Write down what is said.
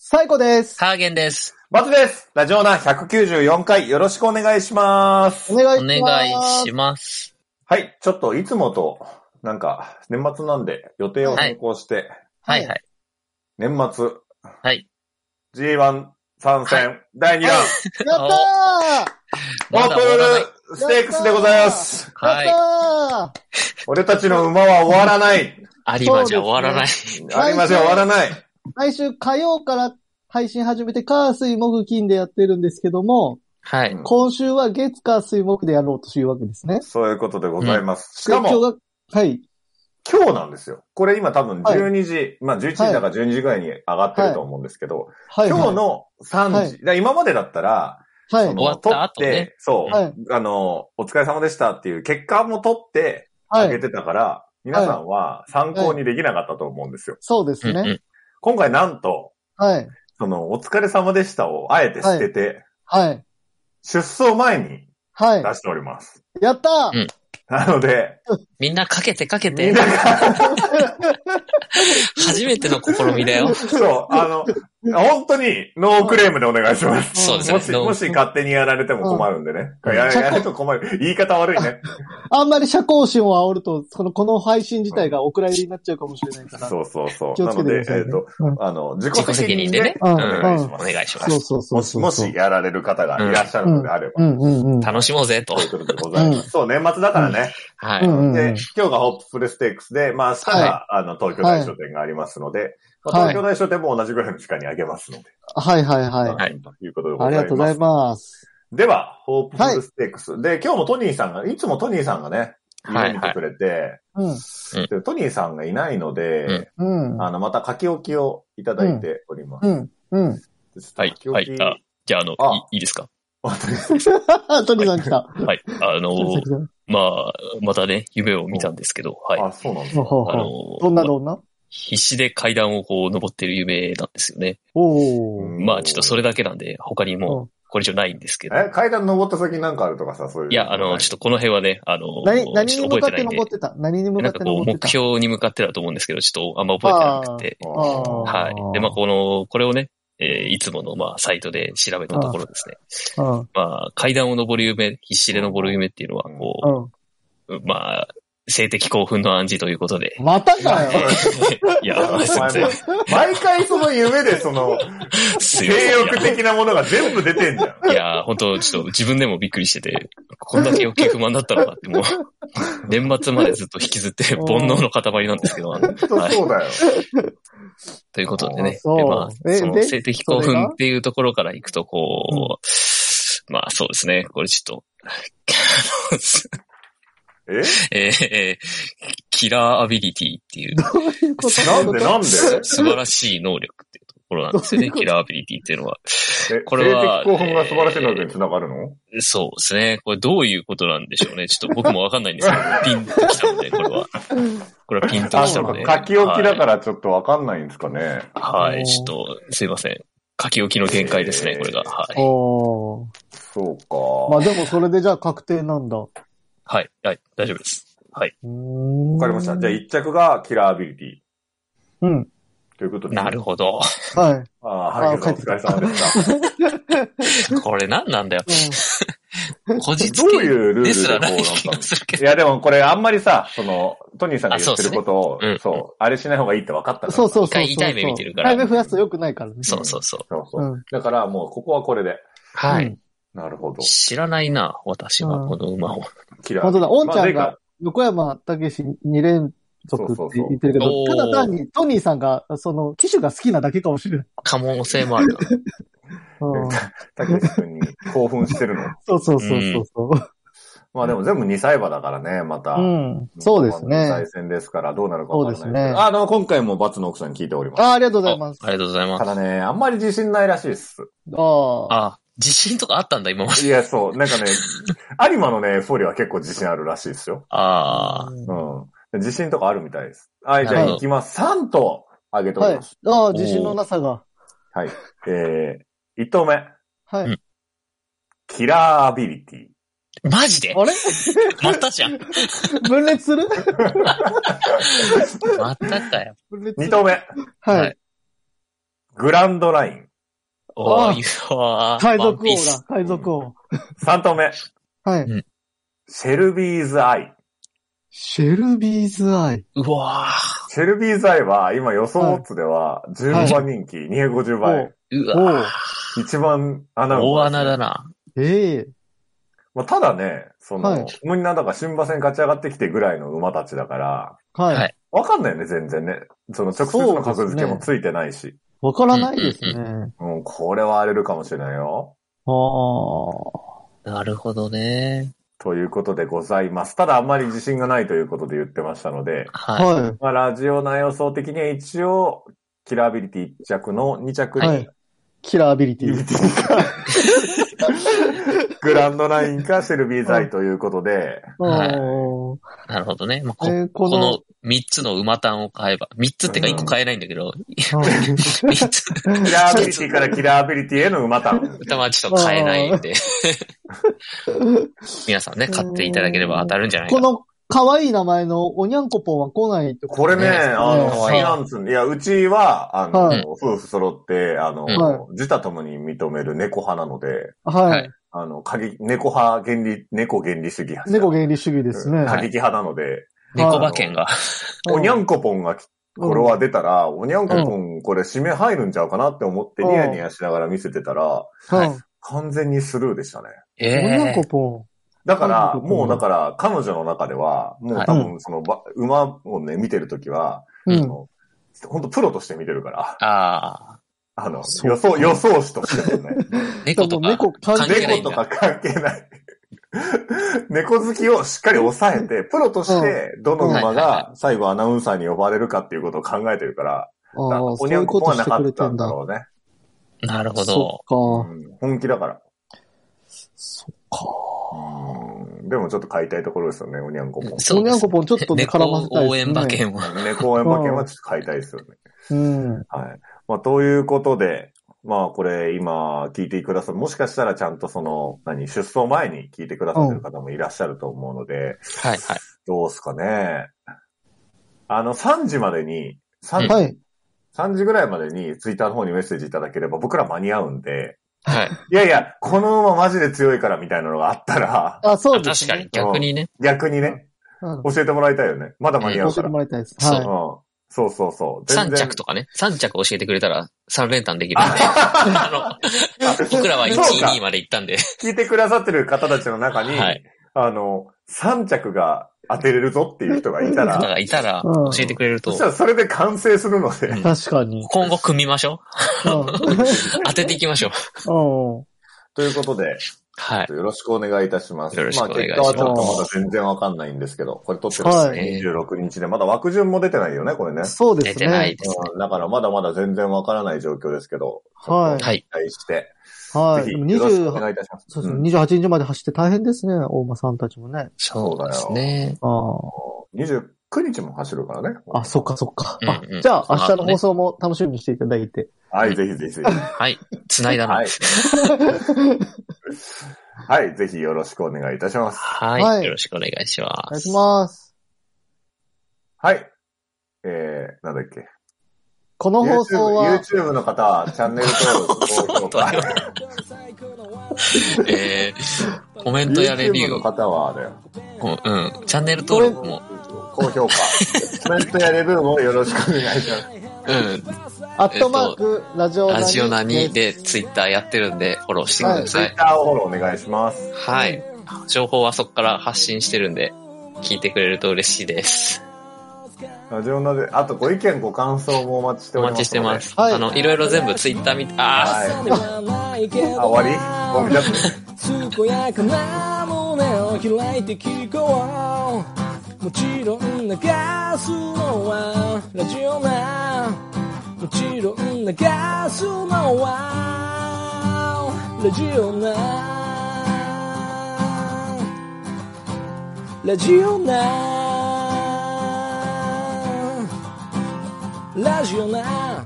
最高です。 ハーゲンです。 バツです。ラジオナ194回よろしくお願いします。 お願いします。 お願いします。 はい、ちょっといつもと、なんか、年末なんで予定を変更して、 はいはい。 年末、 はい。 G1 参戦、はい、第2弾、 やったーオープルステークスでございます。 はい。 俺たちの馬は終わらない。 有馬じゃ終わらない。 有馬じゃ終わらない。 来週火曜から配信始めて、火水木金でやってるんですけども、 はい。 今週は月火水木でやろうというわけですね。 そういうことでございます。しかも、 はい。 今日なんですよ。これ今多分12時、はい、まあ11時だから12時ぐらいに上がってると思うんですけど、はい、今日の3時、はい、今までだったら、 はい、 終わった後ね。 そう、はい、お疲れ様でしたっていう結果も取って、あげてたから、皆さんは参考にできなかったと思うんですよ。 そうですね。 今回なんと、 はい。 お疲れ様でしたをあえて捨てて、 はい。 出走前に出しております。 はい、やったー、 うん、 なので、 みんなかけて。初めての試みだよ。 そう、本当にノークレームでお願いします。 そうですね。 もし勝手にやられても困るんでね。やられると困る。言い方悪いね。 あんまり社交心を煽ると、この配信自体がお蔵入りになっちゃうかもしれないから。 そうそうそう。 気をつけてください、ね。 なので、自己責任でね。お願いします。 お願いします。 そう。 もしやられる方がいらっしゃるのであれば。 楽しもうぜと。 ということでございます。そう、年末だからね。 はい。 で、今日がホップフルステークスで、まあ明日が、東京大書店がありますので、東京大書店も同じぐらいの時間にあげますので。 はい。 ということでございます。 ありがとうございます。 では、ホープフルステークス。で、今日もトニーさんが、いつもトニーさんがね、見てくれて、でトニーさんがいないので、また書き置きをいただいております。 はい。じゃあ、いいですか？ トニーさん来た。 はい。まあ、またね、夢を見たんですけど、はい。 あ、そうなんですか。 どんな必死で階段をこう登ってる夢なんですよね。まあちょっとそれだけなんで、他にもこれ以上ないんですけど。 階段登った先なんかあるとかさ、そういう。 いや、ちょっとこの辺はね、 何に向かって登ってた？何に向かって登ってた？ なんかこう、目標に向かってだと思うんですけど、ちょっとあんま覚えてなくて。はい。で、まあこれをね、いつもの、まあ、サイトで調べたところですね。まあ、階段を登る夢、必死で登る夢っていうのは、こう、まあ、性的興奮の暗示ということで。 またかよいや、すいません。 毎回その夢で性欲的なものが全部出てんじゃん。 いや、本当ちょっと自分でもびっくりしてて、こんだけ欲求不満だったのかってもう、年末までずっと引きずって煩悩の塊なんですけど、 本当そうだよ。 ということでね、まあ、その性的興奮っていうところからいくと、こう、まあそうですね、これちょっと、キラーアビリティっていう。 なんで素晴らしい能力っていうところなんですよね、キラーアビリティっていうのは。 これは。性的興奮が素晴らしい能力につながるの？ そうですね。これどういうことなんでしょうね。ちょっと僕もわかんないんですけど、ピンときたので、これは。これはピンときたので。 書き置きだからちょっとわかんないんですかね。 はい、ちょっと、すいません。書き置きの限界ですね、これが。はい。 そうか。 まあでもそれでじゃあ確定なんだ。 はい、大丈夫です。はい。 わかりました。じゃあ1着がキラーアビリティ。ということで。 なるほど。 はい。 ハルケさんお疲れ様でした。これ何なんだよ。こじつけどういうルールでこうなんか。いやでもこれあんまりさ、トニーさんが言ってることを、あれしない方がいいって分かったから。 そう。 痛い目見てるから。 痛い目増やすと良くないからね。 そう。 だからもうここはこれで。 はい。 なるほど。 知らないな、私はこの馬を。 本当だ、オンちゃんが横山武史2連続って言ってるけど、ただ単にトニーさんが、騎手が好きなだけかもしれない。 可能性もあるな。 武史君に興奮してるの。 そう。 まあでも全部2歳馬だからね、また。 そうですね。 2歳戦ですからどうなるかわからないですけど。そうですね。今回もバツの奥さんに聞いております。 ありがとうございます。 ありがとうございます。 ただね、あんまり自信ないらしいです。 自信とかあったんだ、今まで。 いや、そう。なんかね、有馬のね、フォリは結構自信あるらしいですよ。自信とかあるみたいです。じゃあ行きます。3頭あげております。 自信のなさが。 はい。1頭目。 はい。 キラーアビリティ。 マジで？ あれまたじゃん。 分裂するまたかよ。 2頭目。 はい。 グランドライン。 おー、 海賊王だ、海賊王。 3投目。 はい。 シェルビーズアイ。 シェルビーズアイ。 うわシェルビーズアイは、今予想オッズでは、15番人気、250倍。 うわ一番穴大穴だな。 まあ、ただね、みんなだから新馬戦勝ち上がってきてぐらいの馬たちだから、 はい。 わかんないよね、全然ね。直接の格付けもついてないし。 わからないですね。 これは荒れるかもしれないよ。 なるほどね。 ということでございます。ただあんまり自信がないということで言ってましたので、 はい。 まあ、ラジオ内予想的には一応、キラーアビリティ1着の2着に、はい、 キラーアビリティグランドラインかシェルビーズアイということで、 はい。なるほどね。まあ、この3つの馬単を買えば、3つってか1個買えないんだけど、3つ。 キラーアビリティからキラーアビリティへの馬単。 歌はちょっと買えないんで。皆さんね、買っていただければ当たるんじゃないかな。 この可愛い名前のおにゃんこぽんは来ないってことね。これね、不思議なんですよ。いや、うちは、夫婦揃って、自他ともに認める猫派なので、はい。猫原理主義。 猫原理主義ですね。 過激派なので。 猫馬券が。 おにゃんこぽんが、これは出たら、おにゃんこぽん、これ指名入るんちゃうかなって思って、ニヤニヤしながら見せてたら、完全にスルーでしたね。 おにゃんこぽん。 だから、彼女の中では、もう多分、馬をね、見てるときは、本当プロとして見てるから。予想士としてもね。 猫とか関係ない。猫好きをしっかり抑えて、プロとしてどの馬が最後アナウンサーに呼ばれるかっていうことを考えてるから、おにゃんこぽんはなかったんだろうね。 なるほど。 本気だから。 そっか。 でもちょっと買いたいところですよね、おにゃんこぽん。 おにゃんこぽんちょっとね、絡ませたいですね。 応援馬券は。 猫応援馬券はちょっと買いたいですよね。はい。まあ、ということで、まあ、これ今聞いてくださる、もしかしたらちゃんと出走前に聞いてくださってる方もいらっしゃると思うので、 はいはい。 どうすかね。3時までに、3時ぐらいまでにツイッターの方にメッセージいただければ僕ら間に合うんで、はい。いやいや、この馬マジで強いからみたいなのがあったら。 そうですね。 確かに、逆にね。 逆にね。教えてもらいたいよね。まだ間に合うから。 教えてもらいたいです。 はい。そう。 3着とかね。3着教えてくれたら3連単できる。僕らは1、2まで行ったんで。 聞いてくださってる方たちの中に、3着が当てれるぞっていう人がいたら。 教えてくれると。 そしたらそれで完成するので。 確かに。 今後組みましょう。当てていきましょう。 ということで、はい。よろしくお願いいたします。まあ結果はちょっとまだ全然わかんないんですけど、これ撮ってるのが26日で、まだ枠順も出てないよね、これね。 そうですね。 出てないですね。 だからまだまだ全然わからない状況ですけど、 はい。 期待して、 はい。 ぜひよろしくお願いいたします。 そうですね。28日まで走って大変ですね、大馬さんたちもね。 そうですね。 29日も走るからね。 そっか。じゃあ明日の放送も楽しみにしていただいて。 はい、ぜひぜひ。 はい。繋いだな。はい。 はい、ぜひよろしくお願いいたします。 はい。よろしくお願いします。 お願いします。 はい。なんだっけ。 この放送は。 YouTube の方はチャンネル登録、高評価。 コメントやレビュー。 YouTube の方はだよ。 チャンネル登録も。 高評価。コメントやレビューもよろしくお願いします。 ラジオナにでツイッターやってるんでフォローしてください。 ツイッターをフォローお願いします。 はい。情報はそこから発信してるんで、聞いてくれると嬉しいです。 ラジオナで、あとご意見ご感想もお待ちしております。 お待ちしてます。はい。いろいろ全部ツイッター見て、 終わりもう見ちゃって。健やかな胸を開いて聞こう。もちろん流すのはラジオな。もちろん流すのはラジオな。ラジオな。ラジオな。